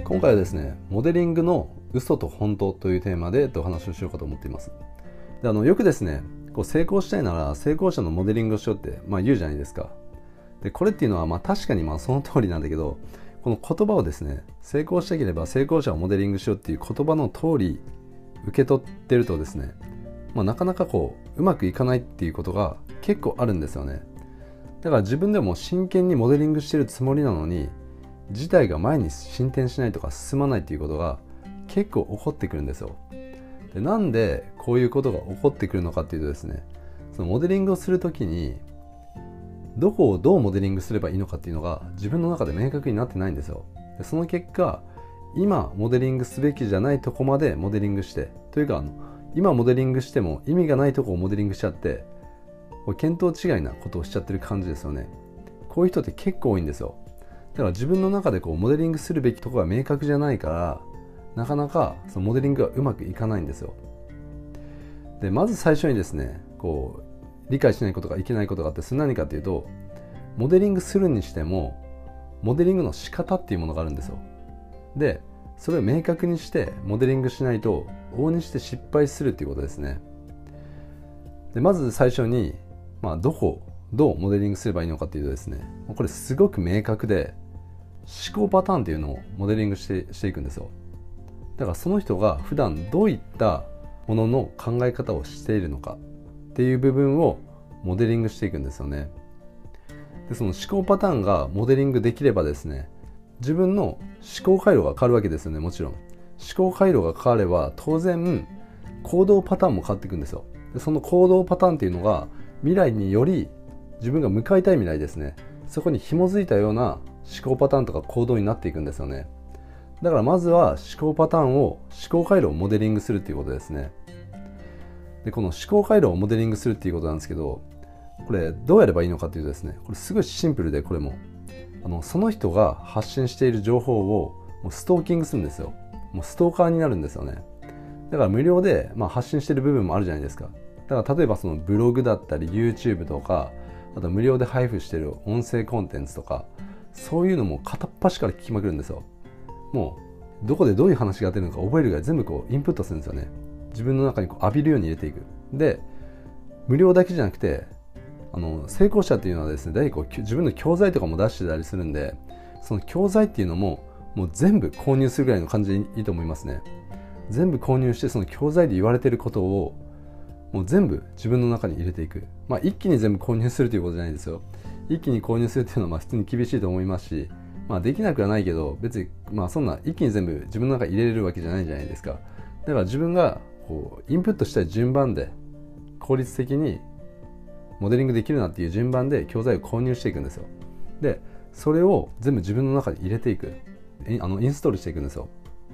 今回はですね、モデリングの嘘と本当というテーマでお話をしようかと思っています。でよくですね、成功したいなら成功者のモデリングをしようって、言うじゃないですか。でこれっていうのは確かにその通りなんだけど、この言葉をですね、成功したければ成功者をモデリングしようっていう言葉の通り受け取ってるとですね、なかなかうまくいかないっていうことが結構あるんですよね。だから自分でも真剣にモデリングしてるつもりなのに、事態が前に進展しないとか進まないっていうことが結構起こってくるんですよ。でなんでこういうことが起こってくるのかっていうとですね、そのモデリングをするときにどこをどうモデリングすればいいのかっていうのが自分の中で明確になってないんですよ。でその結果、今モデリングすべきじゃないとこまでモデリングして、というか今モデリングしても意味がないとこをモデリングしちゃって、見当違いなことをしちゃってる感じですよね。こういう人って結構多いんですよ。だから自分の中でモデリングするべきところが明確じゃないから、なかなかそのモデリングがうまくいかないんですよ。でまず最初にですね、理解しないことがいけないことがあって、それ何かというと、モデリングするにしてもモデリングの仕方っていうものがあるんですよ。でそれを明確にしてモデリングしないと往々にして失敗するっていうことですね。でまず最初に、どうモデリングすればいいのかっていうとですね、これすごく明確で、思考パターンっていうのをモデリングしていくんですよ。だからその人が普段どういったものの考え方をしているのかっていう部分をモデリングしていくんですよね。でその思考パターンがモデリングできればですね、自分の思考回路が変わるわけですよね。もちろん思考回路が変われば当然行動パターンも変わっていくんですよ。でその行動パターンっていうのが未来により自分が向かいたい未来ですね、そこに紐づいたような思考パターンとか行動になっていくんですよね。だからまずは思考パターンを、思考回路をモデリングするっていうことですね。でこの思考回路をモデリングするっていうことなんですけど、これどうやればいいのかというとですね、これすごいシンプルで、これもその人が発信している情報をもうストーキングするんですよ。もうストーカーになるんですよね。だから無料で、発信している部分もあるじゃないですか。だから例えばそのブログだったり YouTube とか、あと無料で配布している音声コンテンツとか、そういうのも片っ端から聞きまくるんですよ。もうどこでどういう話が出るのか覚えるぐらい全部インプットするんですよね。自分の中に浴びるように入れていく。で無料だけじゃなくて、成功者っていうのはですね、大体自分の教材とかも出してたりするんで、その教材っていうのももう全部購入するぐらいの感じでいいと思いますね。全部購入して、その教材で言われていることをもう全部自分の中に入れていく。一気に全部購入するということじゃないですよ。一気に購入するっていうのは普通に厳しいと思いますし、できなくはないけど、別にそんな一気に全部自分の中に入れれるわけじゃないじゃないですか。だから自分がインプットしたい順番で効率的にモデリングできるなっていう順番で教材を購入していくんですよ。でそれを全部自分の中に入れていく、インストールしていくんですよ。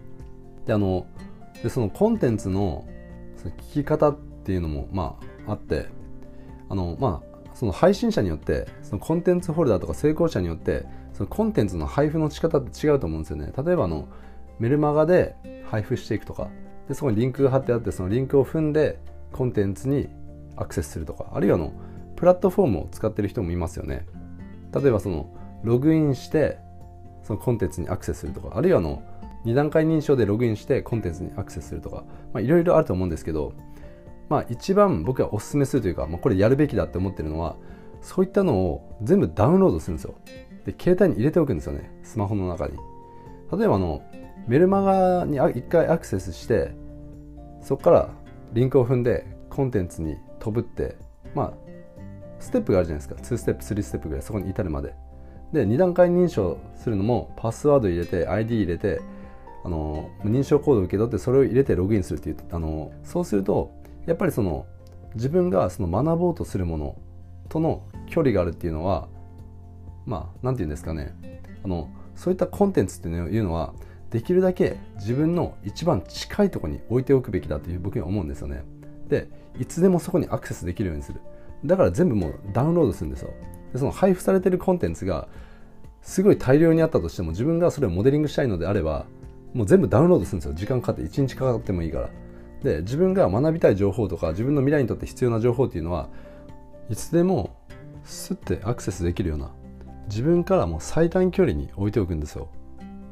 でそのコンテンツのその聞き方っていうのもあって、その配信者によってそのコンテンツホルダーとか成功者によってそのコンテンツの配布の仕方って違うと思うんですよね。例えばメルマガで配布していくとか、でそこにリンクが貼ってあって、そのリンクを踏んでコンテンツにアクセスするとか、あるいはプラットフォームを使っている人もいますよね。例えばログインしてそのコンテンツにアクセスするとか、あるいは2段階認証でログインしてコンテンツにアクセスするとか、いろいろあると思うんですけど、一番僕がおすすめするというか、これやるべきだって思ってるのは、そういったのを全部ダウンロードするんですよ。で携帯に入れておくんですよね、スマホの中に。例えばメルマガに一回アクセスして、そこからリンクを踏んでコンテンツに飛ぶって、ステップがあるじゃないですか。2ステップ3ステップぐらい、そこに至るまで。で2段階認証するのもパスワード入れて ID 入れて認証コードを受け取って、それを入れてログインするっていう、そうするとやっぱり自分が学ぼうとするものとの距離があるっていうのは、なんていうんですかね、そういったコンテンツっていうのはできるだけ自分の一番近いところに置いておくべきだという僕には思うんですよね。でいつでもそこにアクセスできるようにする。だから全部もうダウンロードするんですよ。でその配布されているコンテンツがすごい大量にあったとしても、自分がそれをモデリングしたいのであればもう全部ダウンロードするんですよ。時間かかって1日かかってもいいから。で自分が学びたい情報とか自分の未来にとって必要な情報っていうのはいつでもスッてアクセスできるような、自分からもう最短距離に置いておくんですよ。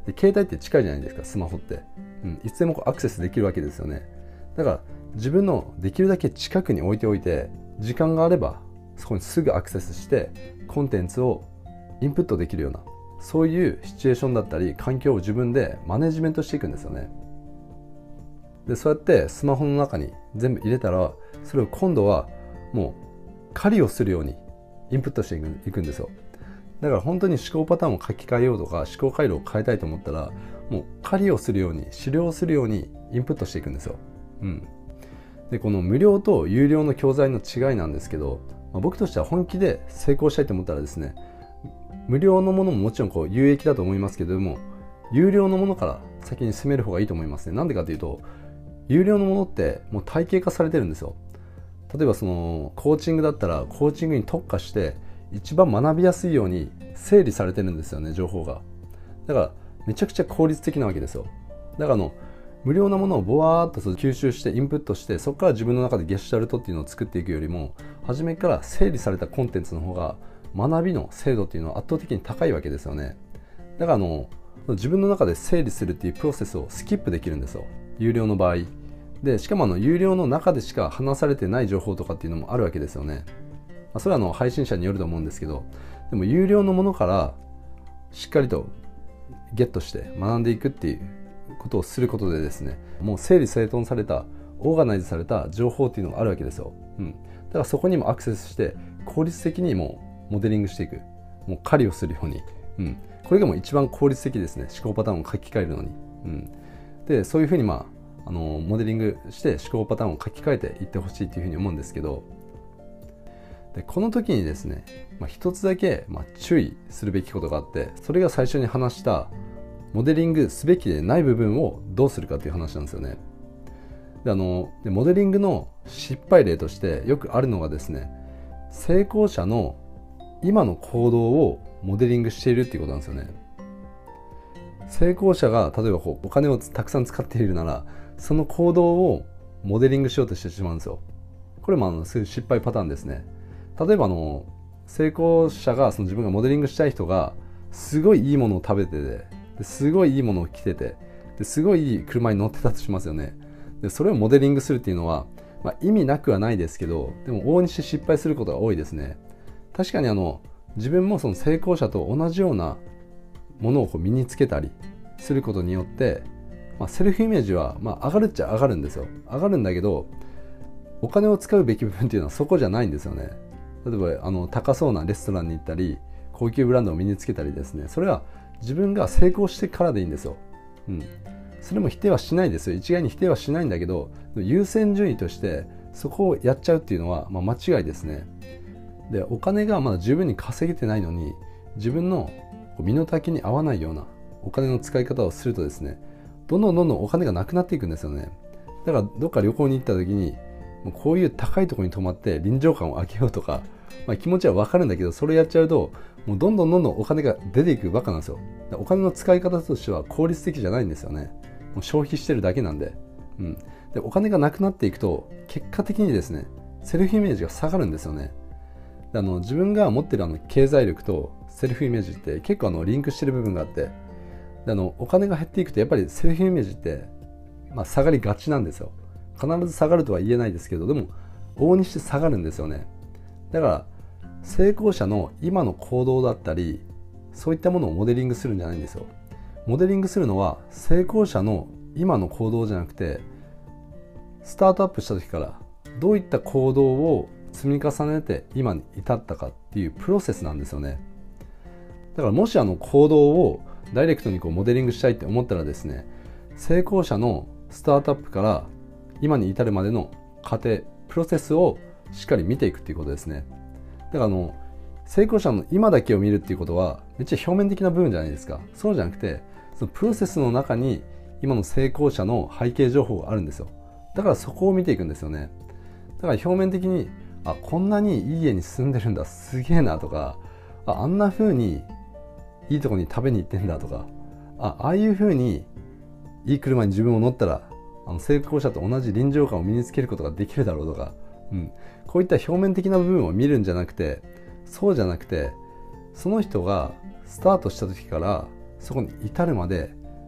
で携帯って近いじゃないですか、スマホって、いつでもこうアクセスできるわけですよね。だから自分のできるだけ近くに置いておいて、時間があればそこにすぐアクセスしてコンテンツをインプットできるような、そういうシチュエーションだったり環境を自分でマネジメントしていくんですよね。でそうやってスマホの中に全部入れたら、それを今度はもう狩りをするようにインプットしていくんですよ。だから本当に思考パターンを書き換えようとか思考回路を変えたいと思ったら、もう狩りをするように狩猟をするようにインプットしていくんですよ。でこの無料と有料の教材の違いなんですけど、僕としては本気で成功したいと思ったらですね、無料のものももちろんこう有益だと思いますけれども、有料のものから先に進める方がいいと思いますね。なんでかというと、有料のものってもう体系化されてるんですよ。例えばそのコーチングだったら、コーチングに特化して一番学びやすいように整理されてるんですよね、情報が。だからめちゃくちゃ効率的なわけですよ。だから無料なものをボワーっと吸収してインプットして、そこから自分の中でゲシュタルトっていうのを作っていくよりも、初めから整理されたコンテンツの方が学びの精度っていうのは圧倒的に高いわけですよね。だから自分の中で整理するっていうプロセスをスキップできるんですよ、有料の場合で。しかも有料の中でしか話されてない情報とかっていうのもあるわけですよね。それは配信者によると思うんですけど、でも有料のものからしっかりとゲットして学んでいくっていうことをすることでですね、もう整理整頓されたオーガナイズされた情報っていうのがあるわけですよ。だからそこにもアクセスして効率的にもうモデリングしていく、もう狩りをするように、これがもう一番効率的ですね、思考パターンを書き換えるのに。でそういうふうにモデリングして思考パターンを書き換えていってほしいというふうに思うんですけど、でこの時にですね、一つだけ注意するべきことがあって、それが最初に話したモデリングすべきでない部分をどうするかっていう話なんですよね。でモデリングの失敗例としてよくあるのがですね、成功者の今の行動をモデリングしているっていうことなんですよね。成功者が例えばお金をたくさん使っているなら、その行動をモデリングしようとしてしまうんですよ。これもそういう失敗パターンですね。例えば成功者が自分がモデリングしたい人がすごいいいものを食べてて、すごいいいものを着てて、すごいいい車に乗ってたとしますよね。でそれをモデリングするっていうのは、意味なくはないですけど、でも往々にして失敗することが多いですね。確かに自分もその成功者と同じようなものを身につけたりすることによって、セルフイメージは上がるっちゃ上がるんですよ。上がるんだけど、お金を使うべき部分っていうのはそこじゃないんですよね。例えば高そうなレストランに行ったり、高級ブランドを身につけたりですね、それは自分が成功してからでいいんですよ。それも否定はしないですよ。一概に否定はしないんだけど、優先順位としてそこをやっちゃうっていうのは間違いですね。でお金がまだ十分に稼げてないのに、自分の身の丈に合わないようなお金の使い方をするとですね、どんどんお金がなくなっていくんですよね。だからどっか旅行に行った時に、こういう高いところに泊まって臨場感を上げようとか、気持ちは分かるんだけど、それやっちゃうともうどんどんお金が出ていくばっかなんですよ。お金の使い方としては効率的じゃないんですよね。もう消費してるだけなんで。でお金がなくなっていくと、結果的にですね、セルフイメージが下がるんですよね。で自分が持ってる経済力とセルフイメージって結構リンクしてる部分があって、でお金が減っていくとやっぱりセルフイメージって、下がりがちなんですよ。必ず下がるとは言えないですけど、でも往々にして下がるんですよね。だから成功者の今の行動だったり、そういったものをモデリングするんじゃないんですよ。モデリングするのは成功者の今の行動じゃなくて、スタートアップした時からどういった行動を積み重ねて今に至ったかっていうプロセスなんですよね。だからもし行動をダイレクトにモデリングしたいって思ったらですね、成功者のスタートアップから今に至るまでの過程、プロセスをしっかり見ていくっていうことですね。だから成功者の今だけを見るっていうことはめっちゃ表面的な部分じゃないですか。そうじゃなくて、そのプロセスの中に今の成功者の背景情報があるんですよ。だからそこを見ていくんですよね。だから表面的にこんなにいい家に住んでるんだ、すげえなとか、あんな風にいいとこに食べに行ってんだとか、ああいう風にいい車に自分を乗ったら成功者と同じ臨場感を身につけることができるだろうとか、こういった表面的な部分を見るんじゃなくて、その人がスタートした時からそこに至るまで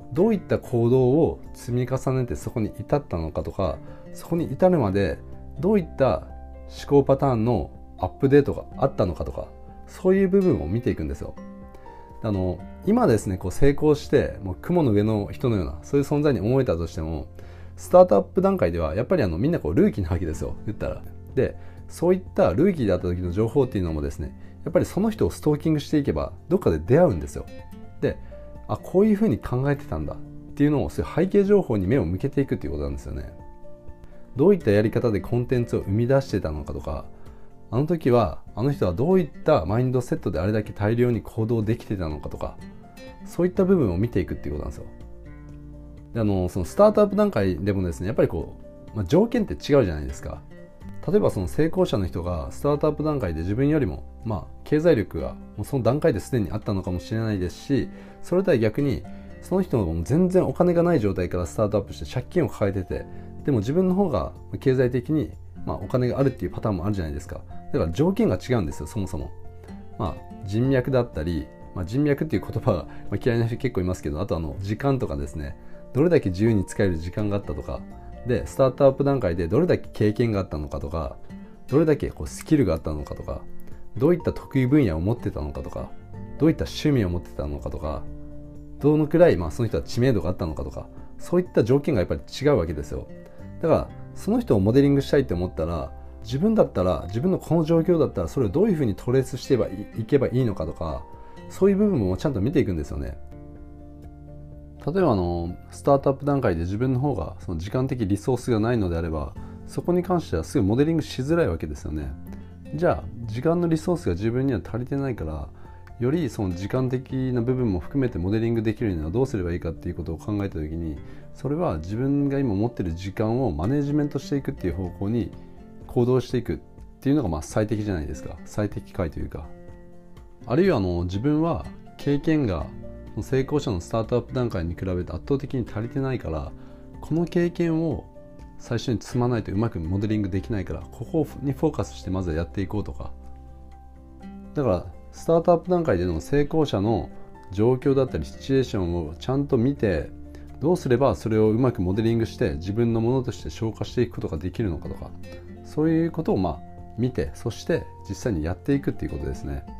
どういった行動を積み重ねてそこに至ったのかとか、そこに至るまでどういった思考パターンのアップデートがあったのかとか、そういう部分を見ていくんですよ。今ですね、成功してもう雲の上の人のようなそういう存在に思えたとしても、スタートアップ段階ではやっぱりみんなルーキーなわけですよ、言ったら。で、そういったルーキーだった時の情報っていうのもですね、やっぱりその人をストーキングしていけばどっかで出会うんですよ。で、こういうふうに考えてたんだっていうのを、そういう背景情報に目を向けていくっていうことなんですよね。どういったやり方でコンテンツを生み出してたのかとか、あの時はあの人はどういったマインドセットであれだけ大量に行動できてたのかとか、そういった部分を見ていくっていうことなんですよ。で、そのスタートアップ段階でもですね、やっぱり条件って違うじゃないですか。例えばその成功者の人がスタートアップ段階で自分よりも経済力がもうその段階ですでにあったのかもしれないですし、それとは逆にその人がもう全然お金がない状態からスタートアップして借金を抱えてて、でも自分の方が経済的にお金があるっていうパターンもあるじゃないですか。だから条件が違うんですよ、そもそも。人脈だったり、人脈っていう言葉が嫌いな人結構いますけど、あと時間とかですね、どれだけ自由に使える時間があったとかで、スタートアップ段階でどれだけ経験があったのかとか、どれだけスキルがあったのかとか、どういった得意分野を持ってたのかとか、どういった趣味を持ってたのかとか、どのくらいその人は知名度があったのかとか、そういった条件がやっぱり違うわけですよ。だからその人をモデリングしたいって思ったら、自分だったら、自分のこの状況だったらそれをどういうふうにトレースしていけばいいのかとか、そういう部分もちゃんと見ていくんですよね。例えばスタートアップ段階で自分の方がその時間的リソースがないのであれば、そこに関してはすぐモデリングしづらいわけですよね。じゃあ時間のリソースが自分には足りてないから、よりその時間的な部分も含めてモデリングできるにはどうすればいいかっていうことを考えたときに、それは自分が今持っている時間をマネジメントしていくっていう方向に行動していくっていうのが最適じゃないですか。最適解というか、あるいは自分は経験が成功者のスタートアップ段階に比べて圧倒的に足りてないから、この経験を最初に積まないとうまくモデリングできないから、ここにフォーカスしてまずはやっていこうとか。だからスタートアップ段階での成功者の状況だったりシチュエーションをちゃんと見て、どうすればそれをうまくモデリングして自分のものとして消化していくことができるのかとか、そういうことを見て、そして実際にやっていくっていうことですね。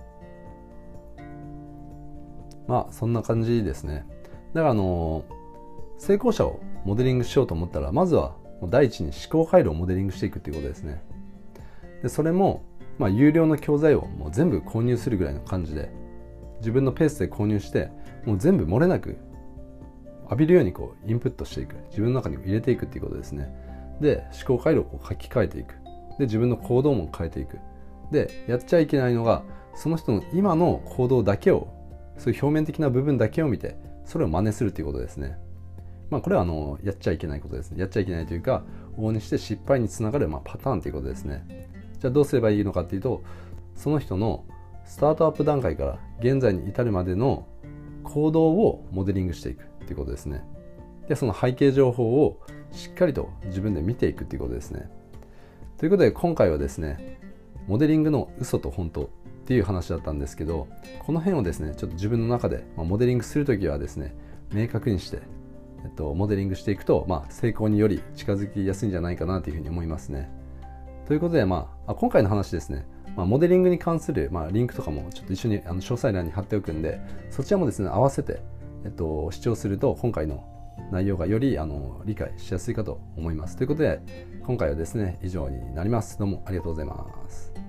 そんな感じですね。だから成功者をモデリングしようと思ったら、まずは第一に思考回路をモデリングしていくっていうことですね。でそれも有料の教材をもう全部購入するぐらいの感じで、自分のペースで購入して、もう全部漏れなく浴びるようにインプットしていく、自分の中に入れていくっていうことですね。で思考回路を書き換えていく。で自分の行動も変えていく。でやっちゃいけないのが、その人の今の行動だけを、そういう表面的な部分だけを見て、それを真似するっていうことですね。これはやっちゃいけないことですね。やっちゃいけないというか、往々にして失敗につながるパターンということですね。じゃあどうすればいいのかっていうと、その人のスタートアップ段階から現在に至るまでの行動をモデリングしていくっていうことですね。でその背景情報をしっかりと自分で見ていくっていうことですね。ということで今回はですね、モデリングの嘘と本当っていう話だったんですけど、この辺をですね、ちょっと自分の中で、モデリングするときはですね、明確にして、モデリングしていくと、成功により近づきやすいんじゃないかなというふうに思いますね。ということで、今回の話ですね、モデリングに関する、リンクとかもちょっと一緒に詳細欄に貼っておくんで、そちらもですね、合わせて、視聴すると今回の内容がより理解しやすいかと思います。ということで、今回はですね、以上になります。どうもありがとうございます。